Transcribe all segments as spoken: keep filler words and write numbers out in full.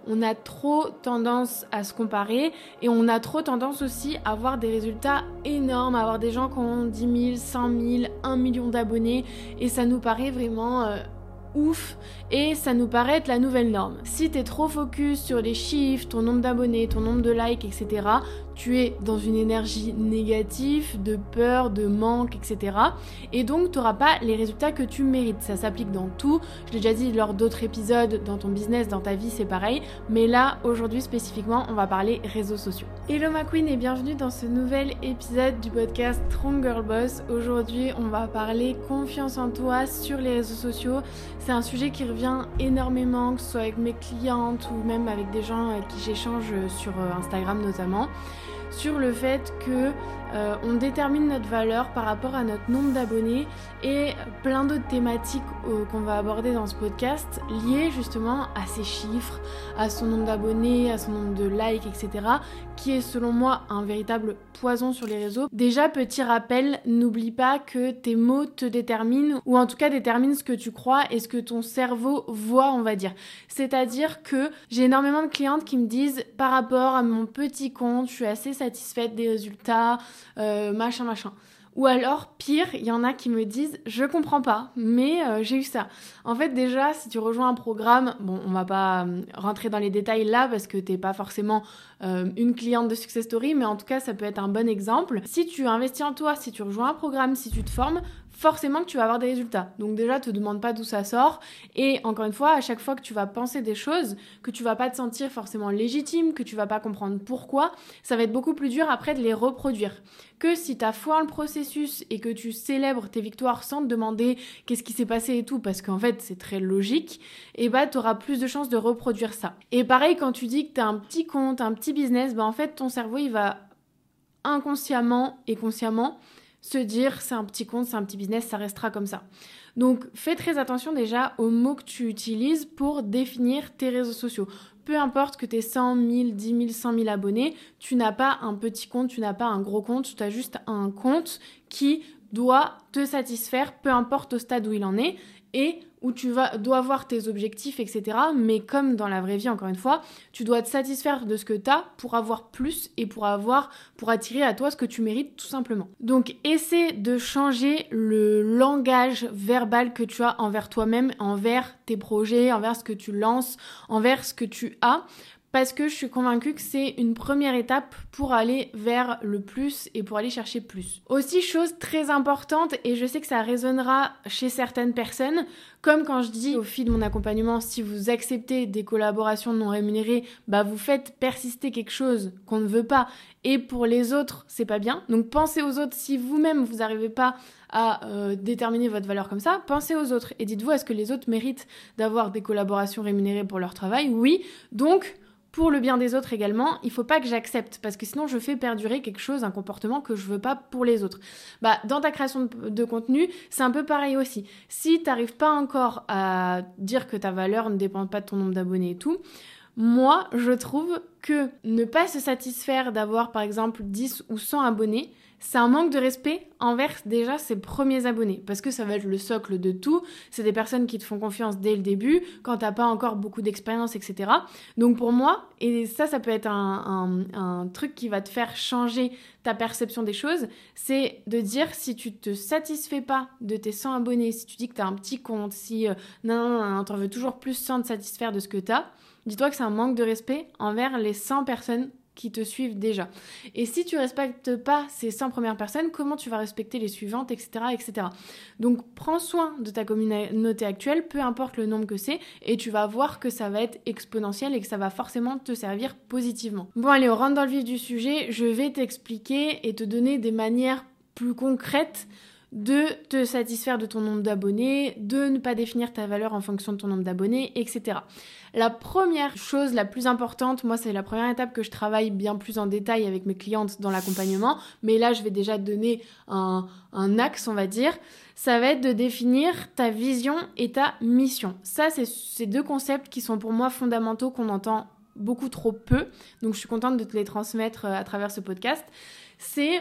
on a trop tendance à se comparer et on a trop tendance aussi à avoir des résultats énormes, à avoir des gens qui ont dix mille, cent mille, un million d'abonnés et ça nous paraît vraiment euh, ouf et ça nous paraît être la nouvelle norme. Si t'es trop focus sur les chiffres, ton nombre d'abonnés, ton nombre de likes, et cetera, tu es dans une énergie négative, de peur, de manque, et cetera. Et donc, tu n'auras pas les résultats que tu mérites. Ça s'applique dans tout. Je l'ai déjà dit lors d'autres épisodes, dans ton business, dans ta vie, c'est pareil. Mais là, aujourd'hui spécifiquement, on va parler réseaux sociaux. Hello ma queen et bienvenue dans ce nouvel épisode du podcast Strong Girl Boss. Aujourd'hui, on va parler confiance en toi sur les réseaux sociaux. C'est un sujet qui revient énormément, que ce soit avec mes clientes ou même avec des gens avec qui j'échange sur Instagram notamment, sur le fait que euh, on détermine notre valeur par rapport à notre nombre d'abonnés et plein d'autres thématiques euh, qu'on va aborder dans ce podcast liées justement à ces chiffres, à son nombre d'abonnés, à son nombre de likes, et cetera, qui est selon moi un véritable poison sur les réseaux. Déjà, petit rappel, n'oublie pas que tes mots te déterminent, ou en tout cas déterminent ce que tu crois et ce que ton cerveau voit, on va dire. C'est-à-dire que j'ai énormément de clientes qui me disent, par rapport à mon petit compte, je suis assez satisfaite des résultats, euh, machin, machin. Ou alors, pire, il y en a qui me disent « je comprends pas, mais euh, j'ai eu ça ». En fait, déjà, si tu rejoins un programme, bon, on va pas euh, rentrer dans les détails là parce que t'es pas forcément euh, une cliente de Success Story, mais en tout cas, ça peut être un bon exemple. Si tu investis en toi, si tu rejoins un programme, si tu te formes, forcément que tu vas avoir des résultats. Donc déjà, te demande pas d'où ça sort. Et encore une fois, à chaque fois que tu vas penser des choses, que tu vas pas te sentir forcément légitime, que tu vas pas comprendre pourquoi, ça va être beaucoup plus dur après de les reproduire. Que si tu as foi en le processus et que tu célèbres tes victoires sans te demander qu'est-ce qui s'est passé et tout, parce qu'en fait, c'est très logique, et bah, tu auras plus de chances de reproduire ça. Et pareil, quand tu dis que tu as un petit compte, un petit business, bah en fait, ton cerveau, il va inconsciemment et consciemment se dire c'est un petit compte, c'est un petit business, ça restera comme ça. Donc fais très attention déjà aux mots que tu utilises pour définir tes réseaux sociaux. Peu importe que tu aies cent mille, dix mille, cent mille abonnés, tu n'as pas un petit compte, tu n'as pas un gros compte, tu as juste un compte qui doit te satisfaire, peu importe au stade où il en est, et où tu vas, dois avoir tes objectifs, et cetera. Mais comme dans la vraie vie, encore une fois, tu dois te satisfaire de ce que tu as pour avoir plus et pour avoir, pour attirer à toi ce que tu mérites tout simplement. Donc, essaie de changer le langage verbal que tu as envers toi-même, envers tes projets, envers ce que tu lances, envers ce que tu as. Parce que je suis convaincue que c'est une première étape pour aller vers le plus et pour aller chercher plus. Aussi, chose très importante, et je sais que ça résonnera chez certaines personnes, comme quand je dis au fil de mon accompagnement, si vous acceptez des collaborations non rémunérées, bah vous faites persister quelque chose qu'on ne veut pas, et pour les autres, c'est pas bien. Donc pensez aux autres, si vous-même vous n'arrivez pas à euh, déterminer votre valeur comme ça, pensez aux autres et dites-vous, est-ce que les autres méritent d'avoir des collaborations rémunérées pour leur travail ? Oui, donc pour le bien des autres également, il faut pas que j'accepte parce que sinon je fais perdurer quelque chose, un comportement que je veux pas pour les autres. Bah, dans ta création de, de contenu, c'est un peu pareil aussi. Si t'arrives pas encore à dire que ta valeur ne dépend pas de ton nombre d'abonnés et tout, moi, je trouve que ne pas se satisfaire d'avoir par exemple dix ou cent abonnés, c'est un manque de respect envers déjà ses premiers abonnés parce que ça va être le socle de tout. C'est des personnes qui te font confiance dès le début quand t'as pas encore beaucoup d'expérience, et cetera. Donc pour moi, et ça, ça peut être un, un, un truc qui va te faire changer ta perception des choses, c'est de dire si tu te satisfais pas de tes cent abonnés, si tu dis que t'as un petit compte, si euh, non, non, non, non, t'en veux toujours plus sans te satisfaire de ce que t'as, dis-toi que c'est un manque de respect envers les cent personnes qui te suivent déjà. Et si tu respectes pas ces cent premières personnes, comment tu vas respecter les suivantes, et cetera, et cetera. Donc, prends soin de ta communauté actuelle, peu importe le nombre que c'est, et tu vas voir que ça va être exponentiel et que ça va forcément te servir positivement. Bon, allez, on rentre dans le vif du sujet. Je vais t'expliquer et te donner des manières plus concrètes de te satisfaire de ton nombre d'abonnés, de ne pas définir ta valeur en fonction de ton nombre d'abonnés, et cetera. La première chose, la plus importante, moi c'est la première étape que je travaille bien plus en détail avec mes clientes dans l'accompagnement, mais là je vais déjà te donner un, un axe, on va dire, ça va être de définir ta vision et ta mission. Ça, c'est ces deux concepts qui sont pour moi fondamentaux, qu'on entend beaucoup trop peu, donc je suis contente de te les transmettre à travers ce podcast. C'est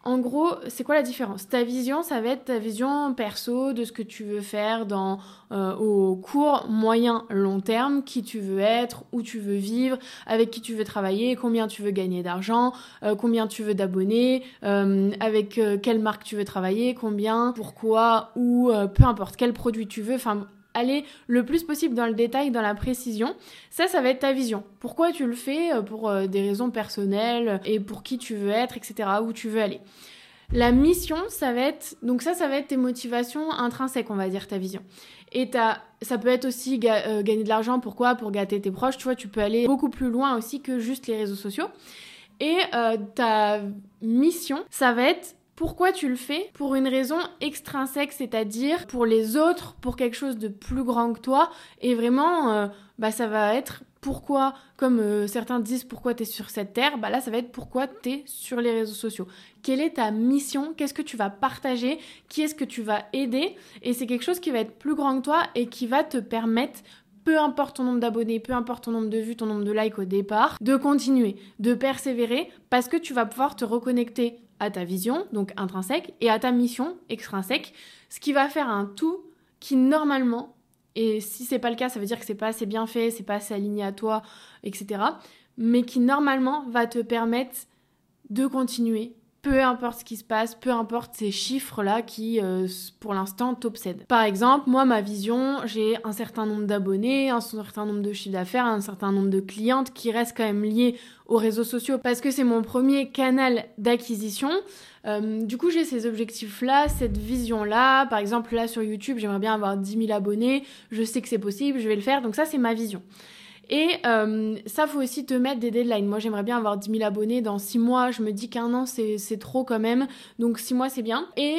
En gros, c'est quoi la différence? Ta vision, ça va être ta vision perso de ce que tu veux faire dans, euh, au court, moyen, long terme, qui tu veux être, où tu veux vivre, avec qui tu veux travailler, combien tu veux gagner d'argent, euh, combien tu veux d'abonnés, euh, avec euh, quelle marque tu veux travailler, combien, pourquoi, où, euh, peu importe, quel produit tu veux, enfin... aller le plus possible dans le détail, dans la précision. Ça, ça va être ta vision. Pourquoi tu le fais? Pour euh, des raisons personnelles et pour qui tu veux être, et cetera, où tu veux aller. La mission, ça va être... Donc ça, ça va être tes motivations intrinsèques, on va dire, ta vision. Et t'as... ça peut être aussi ga- euh, gagner de l'argent. Pourquoi? Pour gâter tes proches. Tu vois, tu peux aller beaucoup plus loin aussi que juste les réseaux sociaux. Et euh, ta mission, ça va être... pourquoi tu le fais? Pour une raison extrinsèque, c'est-à-dire pour les autres, pour quelque chose de plus grand que toi. Et vraiment, euh, bah, ça va être pourquoi, comme euh, certains disent pourquoi t'es sur cette terre, bah là ça va être pourquoi t'es sur les réseaux sociaux. Quelle est ta mission? Qu'est-ce que tu vas partager? Qui est-ce que tu vas aider? Et c'est quelque chose qui va être plus grand que toi et qui va te permettre, peu importe ton nombre d'abonnés, peu importe ton nombre de vues, ton nombre de likes au départ, de continuer, de persévérer, parce que tu vas pouvoir te reconnecter à ta vision, donc intrinsèque, et à ta mission extrinsèque, ce qui va faire un tout qui normalement, et si c'est pas le cas, ça veut dire que c'est pas assez bien fait, c'est pas assez aligné à toi, et cetera, mais qui normalement va te permettre de continuer, peu importe ce qui se passe, peu importe ces chiffres-là qui, euh, pour l'instant, t'obsèdent. Par exemple, moi, ma vision, j'ai un certain nombre d'abonnés, un certain nombre de chiffres d'affaires, un certain nombre de clientes qui restent quand même liés aux réseaux sociaux parce que c'est mon premier canal d'acquisition. Euh, du coup, j'ai ces objectifs-là, cette vision-là. Par exemple, là, sur YouTube, j'aimerais bien avoir dix mille abonnés. Je sais que c'est possible, je vais le faire. Donc ça, c'est ma vision. Et euh, ça, faut aussi te mettre des deadlines. Moi, j'aimerais bien avoir dix mille abonnés dans six mois. Je me dis qu'un an, c'est, c'est trop quand même. Donc six mois, c'est bien. Et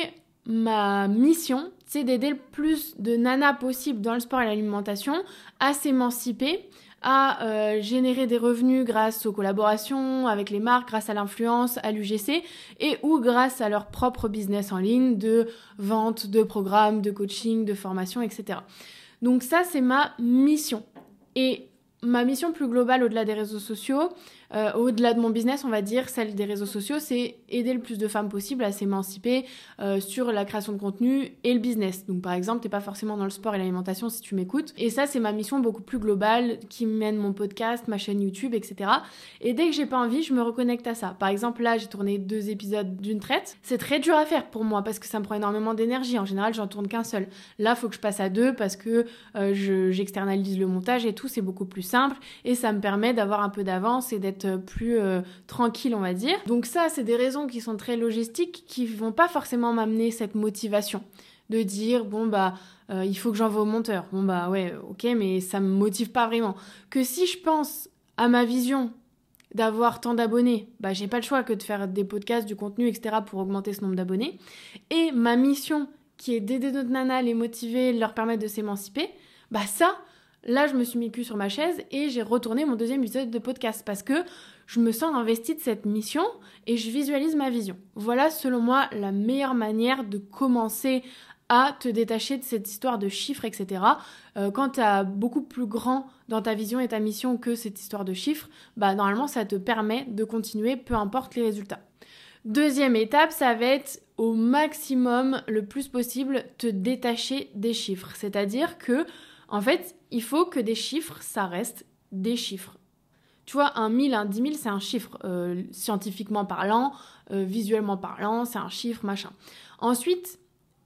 ma mission, c'est d'aider le plus de nanas possible dans le sport et l'alimentation à s'émanciper, à euh, générer des revenus grâce aux collaborations avec les marques, grâce à l'influence, à l'U G C, et ou grâce à leur propre business en ligne de vente, de programmes, de coaching, de formation, et cetera. Donc ça, c'est ma mission. Et ma mission plus globale au-delà des réseaux sociaux, euh, au-delà de mon business, on va dire, celle des réseaux sociaux, c'est aider le plus de femmes possible à s'émanciper euh, sur la création de contenu et le business. Donc par exemple, t'es pas forcément dans le sport et l'alimentation si tu m'écoutes. Et ça, c'est ma mission beaucoup plus globale qui mène mon podcast, ma chaîne YouTube, et cetera. Et dès que j'ai pas envie, je me reconnecte à ça. Par exemple, là, j'ai tourné deux épisodes d'une traite. C'est très dur à faire pour moi parce que ça me prend énormément d'énergie. En général, j'en tourne qu'un seul. Là, faut que je passe à deux parce que euh, je, j'externalise le montage et tout. C'est beaucoup plus simple et ça me permet d'avoir un peu d'avance et d'être plus euh, tranquille, on va dire. Donc ça, c'est des raisons qui sont très logistiques, qui vont pas forcément m'amener cette motivation de dire bon bah euh, il faut que j'envoie au monteur. Bon bah ouais, ok, mais ça me motive pas vraiment. Que si je pense à ma vision d'avoir tant d'abonnés, bah j'ai pas le choix que de faire des podcasts, du contenu, et cetera pour augmenter ce nombre d'abonnés. Et ma mission qui est d'aider d'autres nanas, les motiver, leur permettre de s'émanciper, bah ça, là, je me suis mis le cul sur ma chaise et j'ai retourné mon deuxième épisode de podcast parce que je me sens investie de cette mission et je visualise ma vision. Voilà, selon moi, la meilleure manière de commencer à te détacher de cette histoire de chiffres, et cetera. Euh, quand tu as beaucoup plus grand dans ta vision et ta mission que cette histoire de chiffres, bah normalement, ça te permet de continuer, peu importe les résultats. Deuxième étape, ça va être au maximum, le plus possible, te détacher des chiffres. C'est-à-dire que en fait, il faut que des chiffres, ça reste des chiffres. Tu vois, un mille, un dix mille, c'est un chiffre euh, scientifiquement parlant, euh, visuellement parlant, c'est un chiffre, machin. Ensuite,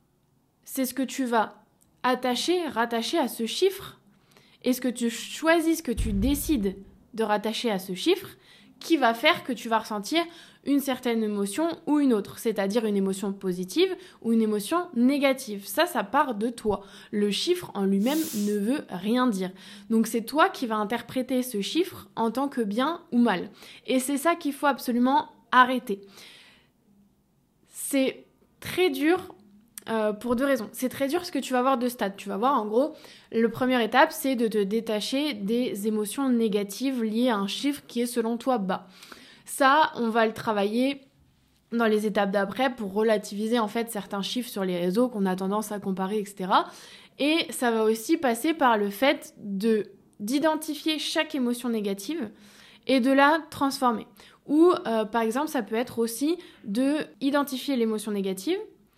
c'est ce que tu vas attacher, rattacher à ce chiffre, et ce que tu choisis, ce que tu décides de rattacher à ce chiffre, qui va faire que tu vas ressentir une certaine émotion ou une autre, c'est-à-dire une émotion positive ou une émotion négative. Ça, ça part de toi. Le chiffre en lui-même ne veut rien dire. Donc c'est toi qui vas interpréter ce chiffre en tant que bien ou mal. Et c'est ça qu'il faut absolument arrêter. C'est très dur euh, pour deux raisons. C'est très dur ce que tu vas voir de stade. Tu vas voir, en gros, la première étape, c'est de te détacher des émotions négatives liées à un chiffre qui est selon toi bas. Ça, on va le travailler dans les étapes d'après pour relativiser en fait certains chiffres sur les réseaux qu'on a tendance à comparer, et cetera. Et ça va aussi passer par le fait de, d'identifier chaque émotion négative et de la transformer. Ou euh, par exemple, ça peut être aussi de identifier l'émotion négative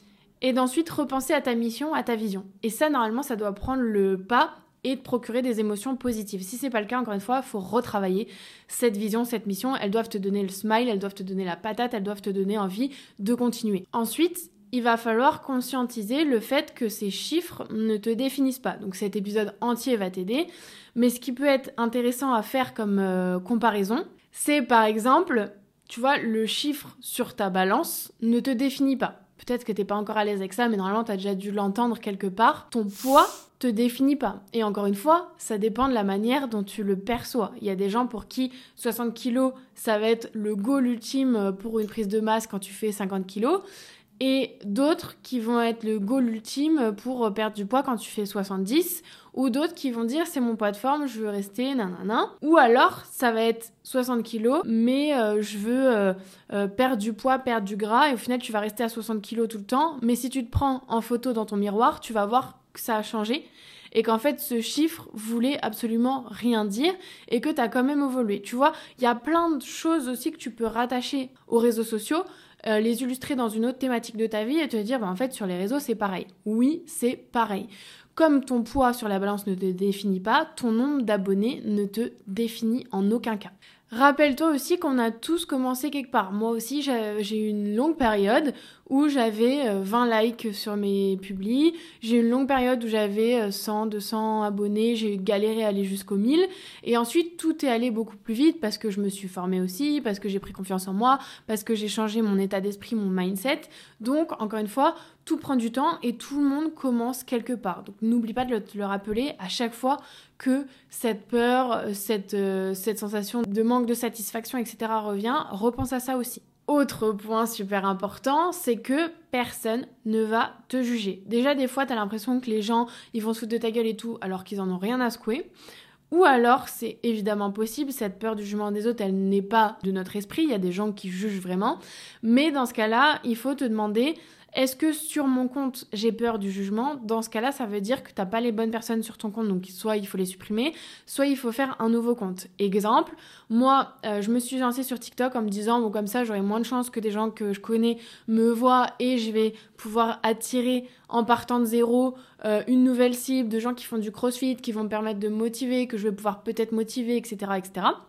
et d'ensuite repenser à ta mission, à ta vision. Et ça, normalement, ça doit prendre le pas et te procurer des émotions positives. Si c'est pas le cas, encore une fois, il faut retravailler cette vision, cette mission. Elles doivent te donner le smile, elles doivent te donner la patate, elles doivent te donner envie de continuer. Ensuite, il va falloir conscientiser le fait que ces chiffres ne te définissent pas. Donc cet épisode entier va t'aider. Mais ce qui peut être intéressant à faire comme euh, comparaison, c'est par exemple, tu vois, le chiffre sur ta balance ne te définit pas. Peut-être que t'es pas encore à l'aise avec ça, mais normalement t'as déjà dû l'entendre quelque part. Ton poids te définit pas. Et encore une fois, ça dépend de la manière dont tu le perçois. Il y a des gens pour qui soixante kilos, ça va être le goal ultime pour une prise de masse quand tu fais cinquante kilos. Et d'autres qui vont être le goal ultime pour perdre du poids quand tu fais soixante-dix, ou d'autres qui vont dire c'est mon poids de forme, je veux rester nanana. Ou alors ça va être soixante kilos, mais euh, je veux euh, euh, perdre du poids, perdre du gras, et au final tu vas rester à soixante kilos tout le temps. Mais si tu te prends en photo dans ton miroir, tu vas voir que ça a changé et qu'en fait ce chiffre voulait absolument rien dire et que tu as quand même évolué. Tu vois, il y a plein de choses aussi que tu peux rattacher aux réseaux sociaux. Euh, les illustrer dans une autre thématique de ta vie et te dire bah, en fait sur les réseaux c'est pareil. Oui, c'est pareil. Comme ton poids sur la balance ne te définit pas, ton nombre d'abonnés ne te définit en aucun cas. Rappelle-toi aussi qu'on a tous commencé quelque part. Moi aussi, j'ai eu une longue période où j'avais vingt likes sur mes publis. J'ai eu une longue période où j'avais cent, deux cents abonnés. J'ai galéré à aller jusqu'aux mille. Et ensuite, tout est allé beaucoup plus vite parce que je me suis formée aussi, parce que j'ai pris confiance en moi, parce que j'ai changé mon état d'esprit, mon mindset. Donc, encore une fois, tout prend du temps et tout le monde commence quelque part. Donc, n'oublie pas de le, de le rappeler à chaque fois que cette peur, cette, euh, cette sensation de manque de satisfaction, et cetera revient. Repense à ça aussi. Autre point super important, c'est que personne ne va te juger. Déjà, des fois, t'as l'impression que les gens, ils vont se foutre de ta gueule et tout, alors qu'ils en ont rien à secouer. Ou alors, c'est évidemment possible, cette peur du jugement des autres, elle n'est pas de notre esprit, il y a des gens qui jugent vraiment. Mais dans ce cas-là, il faut te demander... Est-ce que sur mon compte, j'ai peur du jugement ? Dans ce cas-là, ça veut dire que t'as pas les bonnes personnes sur ton compte, donc soit il faut les supprimer, soit il faut faire un nouveau compte. Exemple, moi, euh, je me suis lancée sur TikTok en me disant, bon, comme ça, j'aurai moins de chances que des gens que je connais me voient et je vais pouvoir attirer, en partant de zéro, euh, une nouvelle cible de gens qui font du crossfit, qui vont me permettre de me motiver, que je vais pouvoir peut-être motiver, et cetera, et cetera.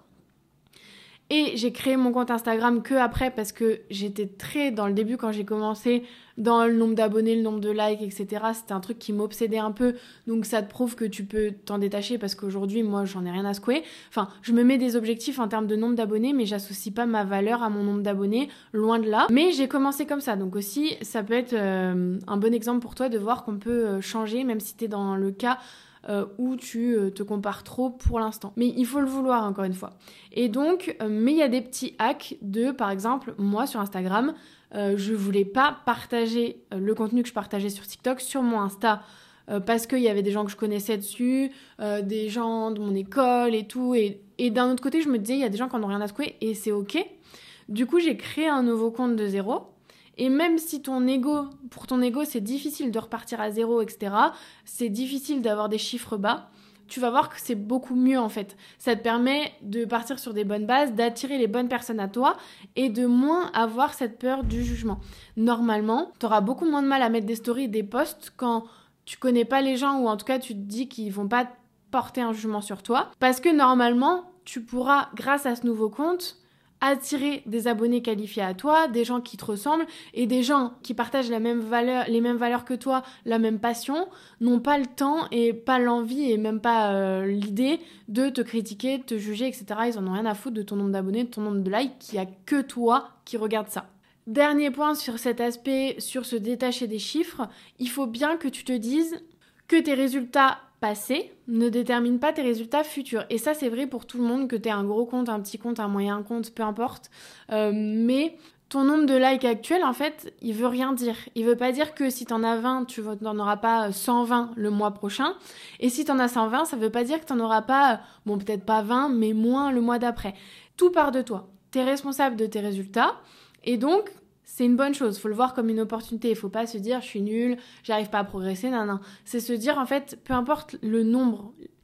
Et j'ai créé mon compte Instagram que après parce que j'étais très, dans le début quand j'ai commencé, dans le nombre d'abonnés, le nombre de likes, et cetera. C'était un truc qui m'obsédait un peu. Donc ça te prouve que tu peux t'en détacher parce qu'aujourd'hui, moi, j'en ai rien à secouer. Enfin, je me mets des objectifs en termes de nombre d'abonnés, mais j'associe pas ma valeur à mon nombre d'abonnés, loin de là. Mais j'ai commencé comme ça. Donc aussi, ça peut être euh, un bon exemple pour toi de voir qu'on peut changer, même si t'es dans le cas... Euh, où tu euh, te compares trop pour l'instant. Mais il faut le vouloir, encore une fois. Et donc, euh, mais il y a des petits hacks de, par exemple, moi sur Instagram, euh, je voulais pas partager euh, le contenu que je partageais sur TikTok sur mon Insta euh, parce qu'il y avait des gens que je connaissais dessus, euh, des gens de mon école et tout. Et, et d'un autre côté, je me disais, il y a des gens qui en ont rien à secouer et c'est ok. Du coup, j'ai créé un nouveau compte de zéro. Et même si ton ego, pour ton ego, c'est difficile de repartir à zéro, et cetera, c'est difficile d'avoir des chiffres bas, tu vas voir que c'est beaucoup mieux en fait. Ça te permet de partir sur des bonnes bases, d'attirer les bonnes personnes à toi et de moins avoir cette peur du jugement. Normalement, tu auras beaucoup moins de mal à mettre des stories et des posts quand tu connais pas les gens ou en tout cas tu te dis qu'ils vont pas porter un jugement sur toi. Parce que normalement, tu pourras, grâce à ce nouveau compte, attirer des abonnés qualifiés à toi, des gens qui te ressemblent et des gens qui partagent la même valeur, les mêmes valeurs que toi, la même passion, n'ont pas le temps et pas l'envie et même pas euh, l'idée de te critiquer, de te juger, et cetera. Ils en ont rien à foutre de ton nombre d'abonnés, de ton nombre de likes, il n'y a que toi qui regarde ça. Dernier point sur cet aspect, sur se détacher des chiffres, il faut bien que tu te dises que tes résultats passés ne déterminent pas tes résultats futurs. Et ça, c'est vrai pour tout le monde, que tu aies un gros compte, un petit compte, un moyen compte, peu importe. Euh, mais ton nombre de likes actuel, en fait, il veut rien dire. Il veut pas dire que si t'en as vingt, tu n'en auras pas cent vingt le mois prochain. Et si t'en as cent vingt, ça veut pas dire que t'en auras pas, bon, peut-être pas vingt, mais moins le mois d'après. Tout part de toi. T'es responsable de tes résultats. Et donc, c'est une bonne chose, il faut le voir comme une opportunité, il faut pas se dire je suis nulle, j'arrive pas à progresser, non, non. C'est se dire en fait, peu importe le nombre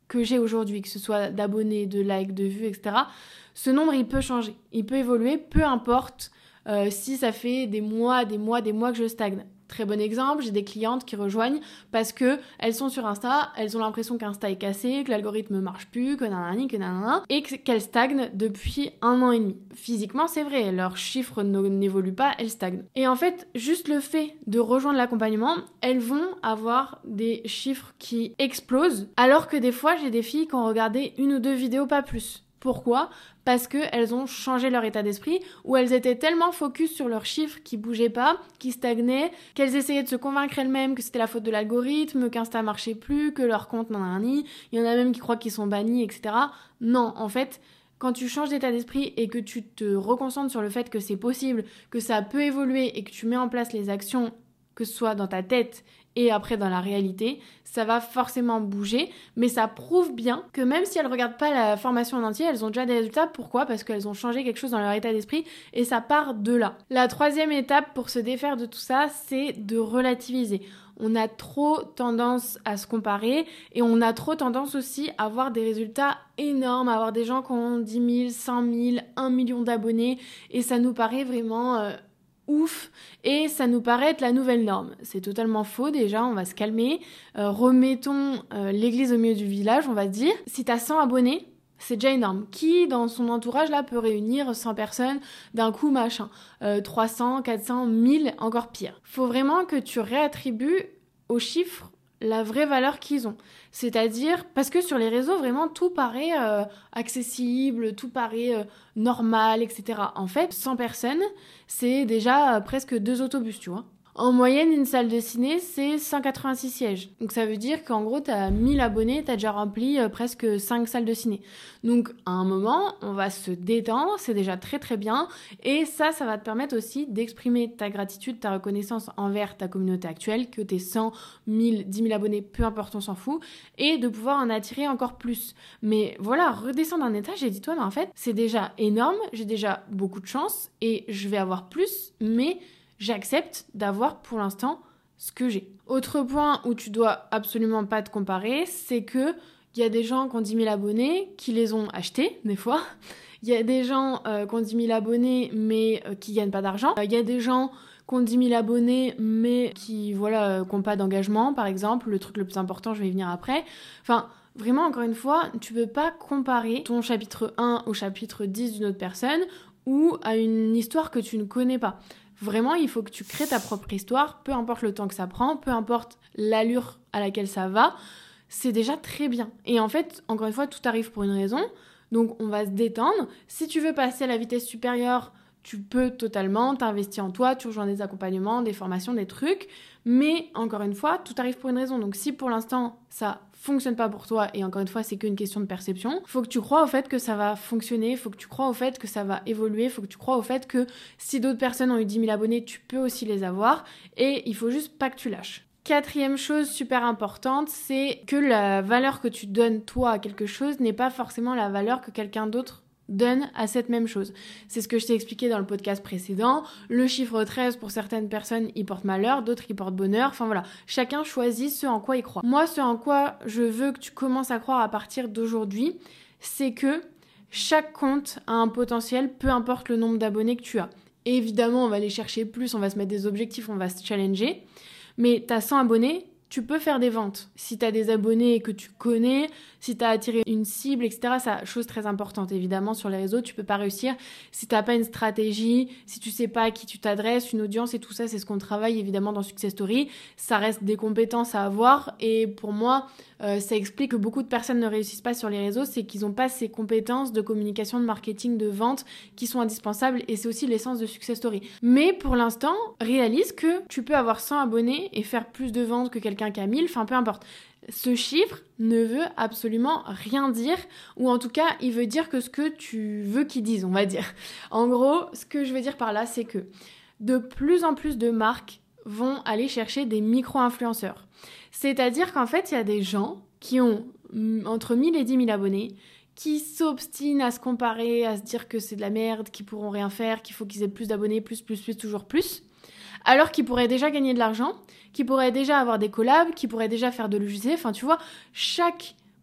que j'ai aujourd'hui, que ce soit d'abonnés, de likes, de vues, et cetera, ce nombre, il peut changer. Il peut évoluer, peu importe euh, si ça fait des mois, des mois, des mois que je stagne. Très bon exemple, j'ai des clientes qui rejoignent parce que elles sont sur Insta, elles ont l'impression qu'Insta est cassé, que l'algorithme marche plus, que nanani, que nanana, et qu'elles stagnent depuis un an et demi. Physiquement, c'est vrai, leurs chiffres n'évoluent pas, elles stagnent. Et en fait, juste le fait de rejoindre l'accompagnement, elles vont avoir des chiffres qui explosent, alors que des fois, j'ai des filles qui ont regardé une ou deux vidéos, pas plus. Pourquoi ? Parce qu'elles ont changé leur état d'esprit, ou elles étaient tellement focus sur leurs chiffres qui bougeaient pas, qui stagnaient, qu'elles essayaient de se convaincre elles-mêmes que c'était la faute de l'algorithme, qu'Insta marchait plus, que leur compte nanani, il y en a même qui croient qu'ils sont bannis, et cetera. Non, en fait, quand tu changes d'état d'esprit et que tu te reconcentres sur le fait que c'est possible, que ça peut évoluer et que tu mets en place les actions, que ce soit dans ta tête et après dans la réalité, ça va forcément bouger, mais ça prouve bien que même si elles ne regardent pas la formation en entier, elles ont déjà des résultats. Pourquoi ? Parce qu'elles ont changé quelque chose dans leur état d'esprit et ça part de là. La troisième étape pour se défaire de tout ça, c'est de relativiser. On a trop tendance à se comparer et on a trop tendance aussi à avoir des résultats énormes, à avoir des gens qui ont dix mille, cent mille, un million d'abonnés et ça nous paraît vraiment... Euh, ouf, et ça nous paraît être la nouvelle norme. C'est totalement faux, déjà, on va se calmer. Euh, remettons euh, l'église au milieu du village, on va se dire. Si t'as cent abonnés, c'est déjà énorme. Qui, dans son entourage, là, peut réunir cent personnes d'un coup, machin euh, trois cents, quatre cents, mille, encore pire. Faut vraiment que tu réattribues aux chiffres la vraie valeur qu'ils ont. C'est-à-dire, parce que sur les réseaux, vraiment, tout paraît euh, accessible, tout paraît euh, normal, et cetera. En fait, cent personnes, c'est déjà euh, presque deux autobus, tu vois. En moyenne, une salle de ciné, c'est cent quatre-vingt-six sièges. Donc ça veut dire qu'en gros, t'as mille abonnés, t'as déjà rempli euh, presque cinq salles de ciné. Donc à un moment, on va se détendre, c'est déjà très très bien. Et ça, ça va te permettre aussi d'exprimer ta gratitude, ta reconnaissance envers ta communauté actuelle, que t'aies cent, mille, dix mille abonnés, peu importe, on s'en fout. Et de pouvoir en attirer encore plus. Mais voilà, redescendre d'un étage et dis-toi, mais en fait, c'est déjà énorme, j'ai déjà beaucoup de chance et je vais avoir plus, mais... j'accepte d'avoir pour l'instant ce que j'ai. Autre point où tu dois absolument pas te comparer, c'est que il y a des gens qui ont dix mille abonnés qui les ont achetés, des fois. Il y a des gens euh, qui ont dix mille abonnés mais euh, qui gagnent pas d'argent. Il y a des gens qui ont dix mille abonnés mais qui voilà, euh, qui ont pas d'engagement, par exemple. Le truc le plus important, je vais y venir après. Enfin, vraiment, encore une fois, tu peux pas comparer ton chapitre un au chapitre dix d'une autre personne ou à une histoire que tu ne connais pas. Vraiment, il faut que tu crées ta propre histoire, peu importe le temps que ça prend, peu importe l'allure à laquelle ça va, c'est déjà très bien. Et en fait, encore une fois, tout arrive pour une raison, donc on va se détendre. Si tu veux passer à la vitesse supérieure, tu peux totalement t'investir en toi, tu rejoins des accompagnements, des formations, des trucs, mais encore une fois, tout arrive pour une raison. Donc si pour l'instant, ça fonctionne pas pour toi, et encore une fois, c'est qu'une question de perception, faut que tu crois au fait que ça va fonctionner, faut que tu crois au fait que ça va évoluer, faut que tu crois au fait que si d'autres personnes ont eu dix mille abonnés, tu peux aussi les avoir, et il faut juste pas que tu lâches. Quatrième chose super importante, c'est que la valeur que tu donnes toi à quelque chose n'est pas forcément la valeur que quelqu'un d'autre donne à cette même chose. C'est ce que je t'ai expliqué dans le podcast précédent. Le chiffre treize, pour certaines personnes, il porte malheur, d'autres, il porte bonheur. Enfin voilà, chacun choisit ce en quoi il croit. Moi, ce en quoi je veux que tu commences à croire à partir d'aujourd'hui, c'est que chaque compte a un potentiel, peu importe le nombre d'abonnés que tu as. Et évidemment, on va aller chercher plus, on va se mettre des objectifs, on va se challenger. Mais t'as cent abonnés, tu peux faire des ventes. Si tu as des abonnés que tu connais, si tu as attiré une cible, et cetera, c'est chose très importante. Évidemment, sur les réseaux, tu peux pas réussir si tu n'as pas une stratégie, si tu sais pas à qui tu t'adresses, une audience et tout ça, c'est ce qu'on travaille évidemment dans Success Story. Ça reste des compétences à avoir et pour moi, euh, ça explique que beaucoup de personnes ne réussissent pas sur les réseaux, c'est qu'ils n'ont pas ces compétences de communication, de marketing, de vente qui sont indispensables et c'est aussi l'essence de Success Story. Mais pour l'instant, réalise que tu peux avoir cent abonnés et faire plus de ventes que quelqu'un qui a mille, enfin peu importe. Ce chiffre ne veut absolument rien dire, ou en tout cas, il veut dire que ce que tu veux qu'il dise, on va dire. En gros, ce que je veux dire par là, c'est que de plus en plus de marques vont aller chercher des micro-influenceurs. C'est-à-dire qu'en fait, il y a des gens qui ont entre mille et dix mille abonnés, qui s'obstinent à se comparer, à se dire que c'est de la merde, qu'ils pourront rien faire, qu'il faut qu'ils aient plus d'abonnés, plus, plus, plus, toujours plus, alors qu'ils pourraient déjà gagner de l'argent, qu'ils pourraient déjà avoir des collabs, qu'ils pourraient déjà faire de l'U G C. Enfin, tu vois, chaque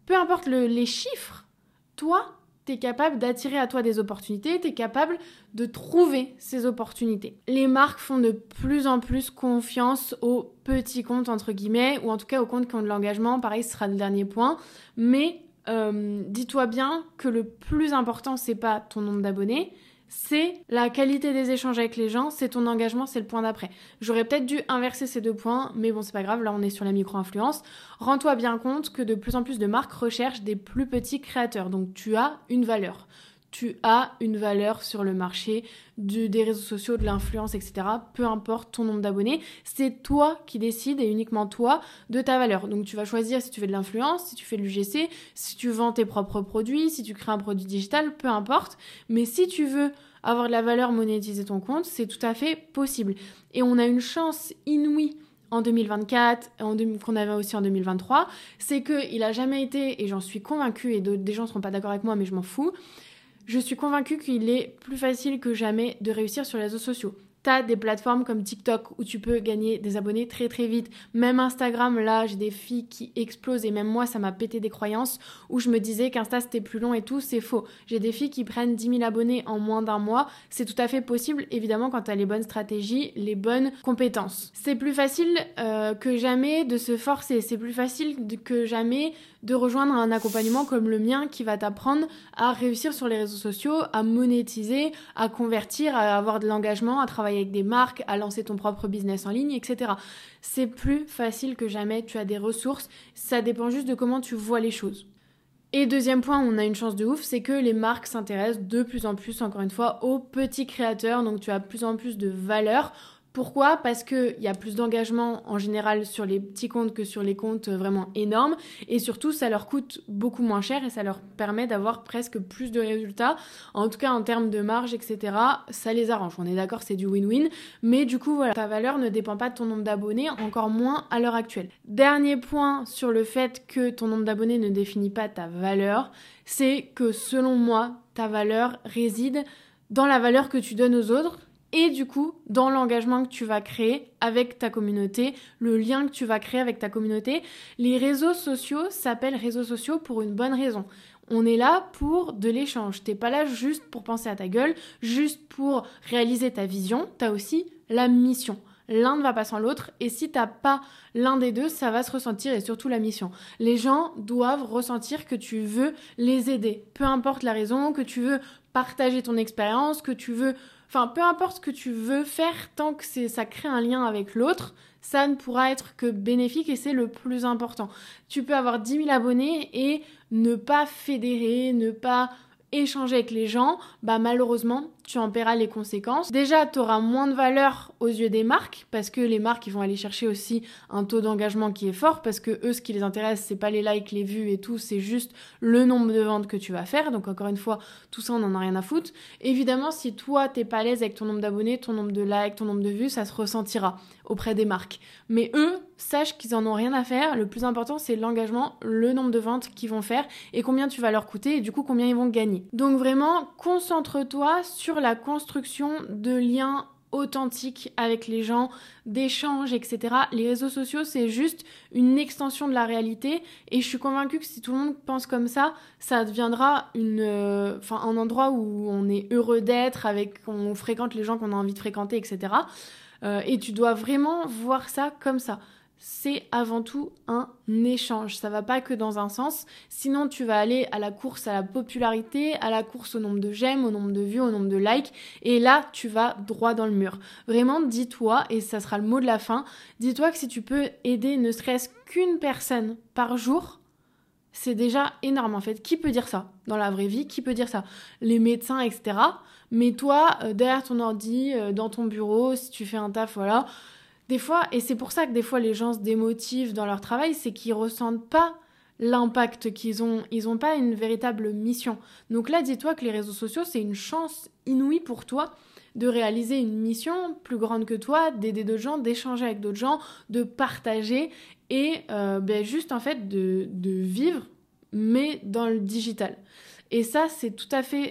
peu importe le, les chiffres, toi, tu es capable d'attirer à toi des opportunités, tu es capable de trouver ces opportunités. Les marques font de plus en plus confiance aux petits comptes, entre guillemets, ou en tout cas aux comptes qui ont de l'engagement. Pareil, ce sera le dernier point. Mais euh, dis-toi bien que le plus important, c'est pas ton nombre d'abonnés, c'est la qualité des échanges avec les gens, c'est ton engagement, c'est le point d'après. J'aurais peut-être dû inverser ces deux points, mais bon, c'est pas grave, là on est sur la micro-influence. Rends-toi bien compte que de plus en plus de marques recherchent des plus petits créateurs, donc tu as une valeur. Tu as une valeur sur le marché du, des réseaux sociaux, de l'influence, et cetera. Peu importe ton nombre d'abonnés, c'est toi qui décides et uniquement toi de ta valeur. Donc tu vas choisir si tu fais de l'influence, si tu fais de l'U G C, si tu vends tes propres produits, si tu crées un produit digital, peu importe. Mais si tu veux avoir de la valeur, monétiser ton compte, c'est tout à fait possible. Et on a une chance inouïe en deux mille vingt-quatre, en deux, qu'on avait aussi en deux mille vingt-trois, c'est qu'il n'a jamais été, et j'en suis convaincue, et des gens ne seront pas d'accord avec moi, mais je m'en fous, je suis convaincue qu'il est plus facile que jamais de réussir sur les réseaux sociaux. T'as des plateformes comme TikTok où tu peux gagner des abonnés très très vite. Même Instagram, là, j'ai des filles qui explosent et même moi, ça m'a pété des croyances où je me disais qu'Insta c'était plus long et tout, c'est faux. J'ai des filles qui prennent dix mille abonnés en moins d'un mois. C'est tout à fait possible, évidemment, quand t'as les bonnes stratégies, les bonnes compétences. C'est plus facile euh, que jamais de se forcer. C'est plus facile de, que jamais de rejoindre un accompagnement comme le mien qui va t'apprendre à réussir sur les réseaux sociaux, à monétiser, à convertir, à avoir de l'engagement, à travailler avec des marques, à lancer ton propre business en ligne, et cetera. C'est plus facile que jamais, tu as des ressources, ça dépend juste de comment tu vois les choses. Et deuxième point, on a une chance de ouf, c'est que les marques s'intéressent de plus en plus, encore une fois, aux petits créateurs, donc tu as de plus en plus de valeur. Pourquoi ? Parce qu'il y a plus d'engagement en général sur les petits comptes que sur les comptes vraiment énormes. Et surtout, ça leur coûte beaucoup moins cher et ça leur permet d'avoir presque plus de résultats. En tout cas, en termes de marge, et cetera, ça les arrange. On est d'accord, c'est du win-win. Mais du coup, voilà, ta valeur ne dépend pas de ton nombre d'abonnés, encore moins à l'heure actuelle. Dernier point sur le fait que ton nombre d'abonnés ne définit pas ta valeur, c'est que selon moi, ta valeur réside dans la valeur que tu donnes aux autres. Et du coup, dans l'engagement que tu vas créer avec ta communauté, le lien que tu vas créer avec ta communauté, les réseaux sociaux s'appellent réseaux sociaux pour une bonne raison. On est là pour de l'échange. T'es pas là juste pour penser à ta gueule, juste pour réaliser ta vision. T'as aussi la mission. L'un ne va pas sans l'autre et si t'as pas l'un des deux, ça va se ressentir et surtout la mission. Les gens doivent ressentir que tu veux les aider. Peu importe la raison, que tu veux partager ton expérience, que tu veux... Enfin, peu importe ce que tu veux faire, tant que c'est, ça crée un lien avec l'autre, ça ne pourra être que bénéfique et c'est le plus important. Tu peux avoir dix mille abonnés et ne pas fédérer, ne pas échanger avec les gens, bah malheureusement, tu en paieras les conséquences. Déjà, tu auras moins de valeur aux yeux des marques parce que les marques, ils vont aller chercher aussi un taux d'engagement qui est fort parce que eux, ce qui les intéresse, c'est pas les likes, les vues et tout, c'est juste le nombre de ventes que tu vas faire. Donc encore une fois, tout ça, on en a rien à foutre. Évidemment, si toi, t'es pas à l'aise avec ton nombre d'abonnés, ton nombre de likes, ton nombre de vues, ça se ressentira auprès des marques. Mais eux, sache qu'ils en ont rien à faire. Le plus important, c'est l'engagement, le nombre de ventes qu'ils vont faire et combien tu vas leur coûter et du coup, combien ils vont gagner. Donc vraiment, concentre-toi sur la construction de liens authentiques avec les gens, d'échanges, et cetera. Les réseaux sociaux, c'est juste une extension de la réalité et je suis convaincue que si tout le monde pense comme ça, ça deviendra une, euh, enfin, un endroit où on est heureux d'être, avec, on fréquente les gens qu'on a envie de fréquenter, et cetera. Euh, et tu dois vraiment voir ça comme ça. C'est avant tout un échange. Ça va pas que dans un sens. Sinon, tu vas aller à la course à la popularité, à la course au nombre de j'aime, au nombre de vues, au nombre de likes. Et là, tu vas droit dans le mur. Vraiment, dis-toi, et ça sera le mot de la fin, dis-toi que si tu peux aider ne serait-ce qu'une personne par jour, c'est déjà énorme en fait. Qui peut dire ça dans la vraie vie ? Qui peut dire ça ? Les médecins, et cetera. Mais toi, euh, derrière ton ordi, euh, dans ton bureau, si tu fais un taf, voilà... Des fois, et c'est pour ça que des fois les gens se démotivent dans leur travail, c'est qu'ils ressentent pas l'impact qu'ils ont. Ils ont pas une véritable mission. Donc là, dis-toi que les réseaux sociaux, c'est une chance inouïe pour toi de réaliser une mission plus grande que toi, d'aider d'autres gens, d'échanger avec d'autres gens, de partager et euh, ben juste en fait de, de vivre, mais dans le digital. Et ça, c'est tout à fait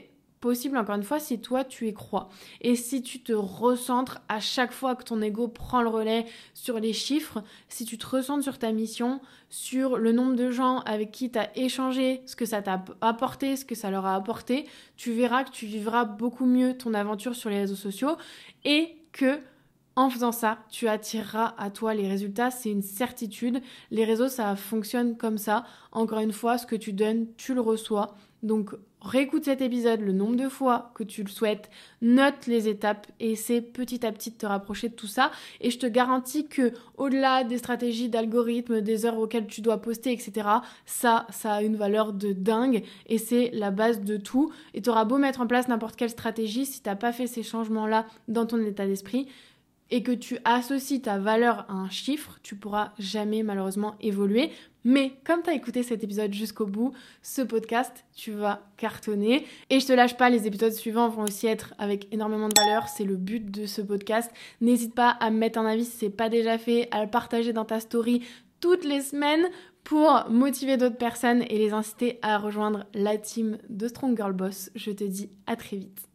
possible, encore une fois, si toi tu y crois. Et si tu te recentres à chaque fois que ton ego prend le relais sur les chiffres, si tu te recentres sur ta mission, sur le nombre de gens avec qui tu as échangé, ce que ça t'a apporté, ce que ça leur a apporté, tu verras que tu vivras beaucoup mieux ton aventure sur les réseaux sociaux et que en faisant ça, tu attireras à toi les résultats, c'est une certitude. Les réseaux, ça fonctionne comme ça. Encore une fois, ce que tu donnes, tu le reçois. Donc, réécoute cet épisode le nombre de fois que tu le souhaites, note les étapes et essaie petit à petit de te rapprocher de tout ça. Et je te garantis que au-delà des stratégies d'algorithme, des heures auxquelles tu dois poster, et cetera, ça, ça a une valeur de dingue et c'est la base de tout. Et tu auras beau mettre en place n'importe quelle stratégie, si tu n'as pas fait ces changements-là dans ton état d'esprit, et que tu associes ta valeur à un chiffre, tu pourras jamais malheureusement évoluer. Mais comme tu as écouté cet épisode jusqu'au bout, ce podcast, tu vas cartonner. Et je te lâche pas, les épisodes suivants vont aussi être avec énormément de valeur. C'est le but de ce podcast. N'hésite pas à me mettre un avis si c'est pas déjà fait, à le partager dans ta story toutes les semaines pour motiver d'autres personnes et les inciter à rejoindre la team de Strong Girl Boss. Je te dis à très vite.